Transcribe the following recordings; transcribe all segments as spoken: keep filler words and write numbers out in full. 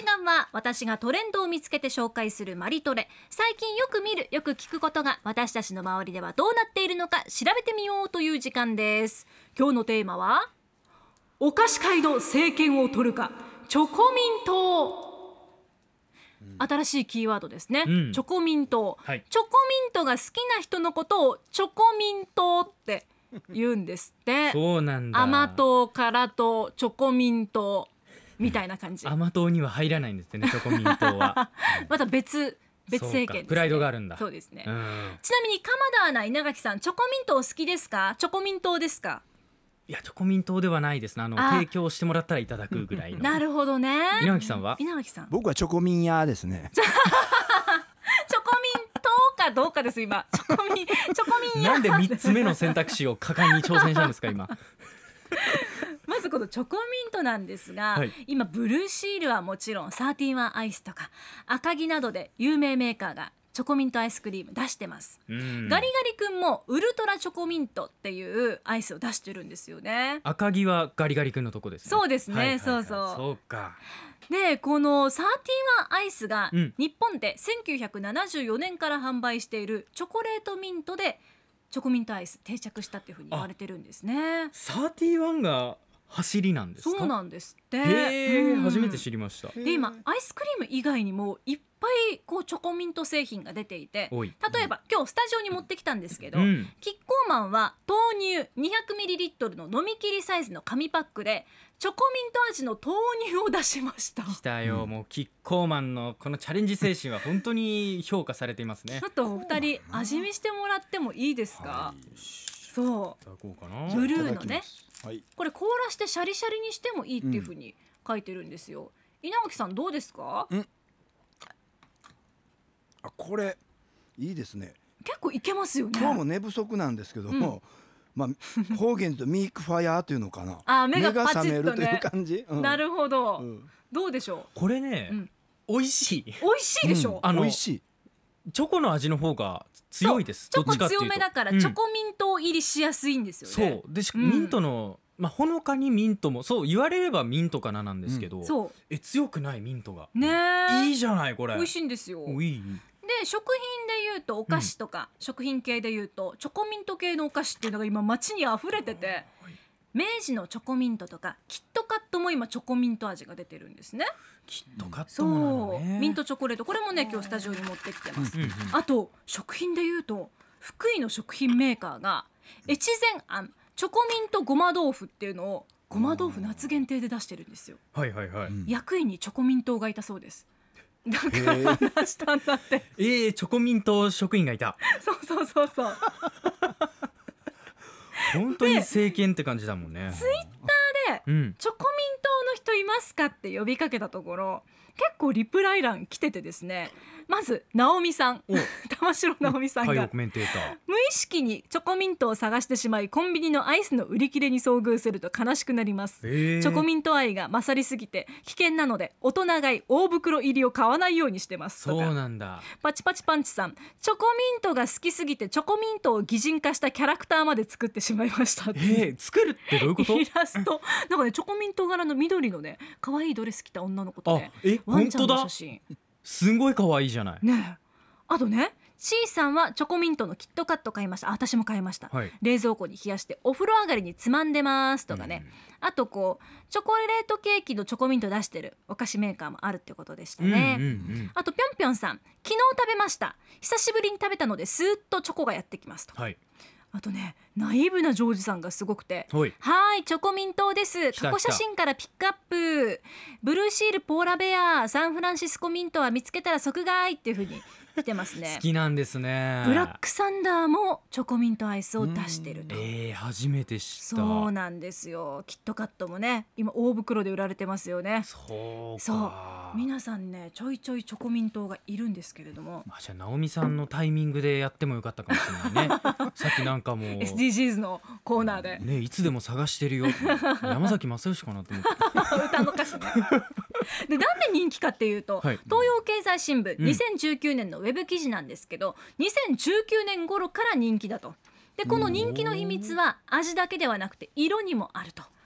時間は私がトレンドを見つけて紹介するマリトレ。最近よく見る、よく聞くことが私たちの周りではどうなっているのか調べてみようという時間です。今日のテーマはお菓子界の政権を取るかチョコミン党。新しいキーワードですね、うん、チョコミン党、はい、チョコミントが好きな人のことをチョコミン党って言うんですってそうなんだ。 甘党、辛党、チョコミン党みたいな感じ。 甘党には入らないんですね、チョコミン党はまた別別政権ですね。 プライドがあるんだ。 そうですね、 うん、 ちなみに鎌田アナ、稲垣さん、チョコミントお好きですか？チョコミン党ですか？ いや、チョコミン党ではないですね。あのあ提供してもらったらいただくぐらいの。 なるほどね。 稲垣さんは？ 稲垣さん、 僕はチョコミン屋ですねチョコミン党かどうかです。今チョコミンチョコミン屋なんでみっつめの選択肢を果敢に挑戦したんですか今まずこのチョコミントなんですが、はい、今ブルーシールはもちろんサーティワンアイスとか赤城などで有名メーカーがチョコミントアイスクリーム出してます。ガリガリ君もウルトラチョコミントっていうアイスを出してるんですよね。 赤城はガリガリ君のとこですね。 そうですね、はいはいはい、そうそうそうか。 でこのサーティワンアイスが日本でせんきゅうひゃくななじゅうよねんから販売しているチョコレートミントでチョコミントアイス定着したっていうふうに言われてるんですね。 サーティワンが走りなんですか？ そうなんですって。 へー、 うん、 初めて知りました。 で今アイスクリーム以外にもいっぱいこうチョコミント製品が出ていて、例えば今日スタジオに持ってきたんですけど、うん、キッコーマンは豆乳 にひゃくミリリットル の飲み切りサイズの紙パックでチョコミント味の豆乳を出しました。 来たよ、うん、もうキッコーマンのこのチャレンジ精神は本当に評価されていますね。 ちょっとお二人味見してもらってもいいですか？はい、そうこうかな。 ブルーのね、 はい、 これ凍らしてシャリシャリにしてもいいっていう風に書いてるんですよ、うん、稲垣さんどうですか？んあ、これいいですね。 結構いけますよね。 今日も寝不足なんですけども、うん、まあ方言とミークファイヤーというのかなあ、目がパチッとね、 目が覚めるという感じ、うん、 なるほど、うん、どうでしょう。これね、うん、美味しい。 美味しいでしょ、 うん、あの美味しい。 チョコの味の方が強いです。 チョコ強めだから、 うん、 チョコミント入りしやすいんですよね。 そうで、うん、ミントの、まあ、ほのかにミントもそう言われればミントかななんですけど、うん、 そうえ強くないミントがね、 いいじゃないこれ。 美味しいんですよ。 いいで食品でいうとお菓子とか、うん、食品系でいうとチョコミント系のお菓子っていうのが今街に溢れてて、明治のチョコミントとかキットカットも今チョコミント味が出てるんですね。 キットカットもなのね。 そうミントチョコレート、これもね今日スタジオに持ってきてます、うんうんうん、あと食品でいうと福井の食品メーカーが越前あんチョコミントごま豆腐っていうのをごま豆腐夏限定で出してるんですよ。 はいはいはい、うん、 役員にチョコミントがいたそうです。だから出したんだって。 えー、チョコミント職員がいた。 そうそうそうそう本当に政権って感じだもんね。 ツイッターで、うん、チョコミントの人いますかって呼びかけたところ結構リプライ欄来ててですね、まず直美さん玉城直美さんが無意識にチョコミントを探してしまいコンビニのアイスの売り切れに遭遇すると悲しくなります。チョコミント愛が勝りすぎて危険なので大人買い大袋入りを買わないようにしてますとか。 そうなんだ。 パチパチパンチさん、チョコミントが好きすぎてチョコミントを擬人化したキャラクターまで作ってしまいましたって。 えー、作るってどういうこと？ イラストなんかねチョコミント柄の緑のね可愛いドレス着た女の子とね、 えワンちゃんの写真すごい可愛いじゃないね。あとね C さんはチョコミントのキットカット買いました。あ、私も買いました、はい、冷蔵庫に冷やしてお風呂上がりにつまんでますとかね、うん、あとこうチョコレートケーキのチョコミント出してるお菓子メーカーもあるってことでしたね、うんうんうん、あとぴょんぴょんさん、昨日食べました。久しぶりに食べたのでスーッとチョコがやってきますと、はい、あとねナイーブなジョージさんがすごくて、はい、はいチョコミントです。過去写真からピックアップ。ブルーシールポーラベアサンフランシスコミントは見つけたら即買いっていう風に来てますね。 好きなんですね。 ブラックサンダーもチョコミントアイスを出してると。 えー、初めて知った。 そうなんですよ。キットカットもね今大袋で売られてますよね。 そうか。 そう皆さんねちょいちょいチョコミントがいるんですけれども、 まあ、じゃあ直美さんのタイミングでやってもよかったかもしれないねさっきなんかもうエスディージーズ のコーナーで、 ね、いつでも探してるよ山崎正義かなと思って歌の歌詞ねでなんで人気かっていうと、はい、東洋経済新聞にせんじゅうきゅうねんのウェブ記事なんですけど、うん、にせんじゅうきゅうねん頃から人気だと。でこの人気の秘密は味だけではなくて色にもあると。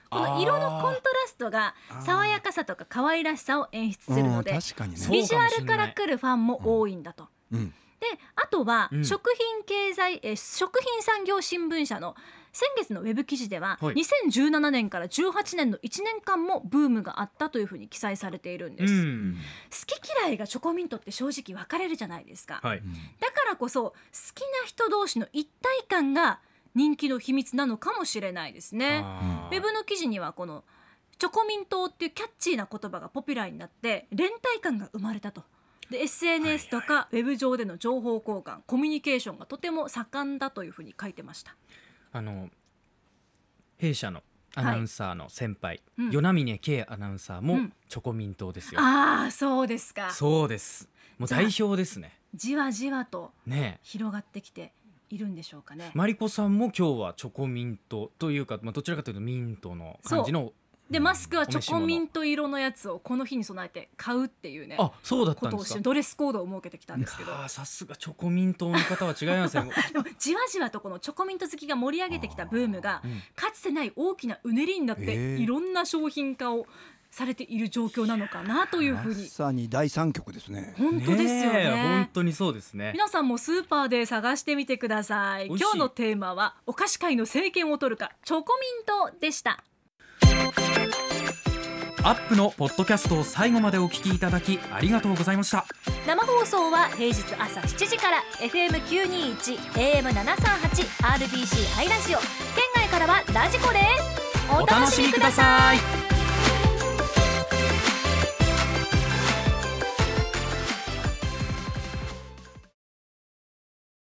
この色のコントラストが爽やかさとか可愛らしさを演出するので、 確かにね、 ビジュアルから来るファンも多いんだと、 うん、 であとは、 うん、 食品経済え食品産業新聞社の先月のウェブ記事では、はい、にせんじゅうななねんからじゅうはちねんのいちねんかんもブームがあったというふうに記載されているんです、うん、好き嫌いがチョコミントって正直分かれるじゃないですか、はい、だからこそ好きな人同士の一体感が人気の秘密なのかもしれないですね。ウェブの記事にはこのチョコミントっていうキャッチーな言葉がポピュラーになって連帯感が生まれたと。で エスエヌエス とかウェブ上での情報交換、コミュニケーションがとても盛んだというふうに書いてました。 あの弊社のアナウンサーの先輩、はい、 うん、 与那嶺圭アナウンサーもチョコミン党ですよ、 うん、ああそうですか。 そうです、もう代表ですね。 じわじわと広がってきているんでしょうかね。 マリコさんも今日はチョコミントというか、まあ、どちらかというとミントの感じのでマスクはチョコミント色のやつをこの日に備えて買うっていうね、 あそうだったんですか。 ことをドレスコードを設けてきたんですけど、 さすがチョコミントの方は違いますねでもじわじわとこのチョコミント好きが盛り上げてきたブームが、うん、かつてない大きなうねりになって、えー、いろんな商品化をされている状況なのかなというふうに。 まさに大三極ですね。 本当ですよね。 本当にそうですね。 皆さんもスーパーで探してみてください。今日のテーマはお菓子界の政権を取るかチョコミントでした。 アップのポッドキャストを最後までお聞きいただきありがとうございました。 生放送は平日朝しちじから エフエムきゅうにいち エーエムななさんはち アールビーシー ハイラジオ、県外からはラジコです。 お楽しみください。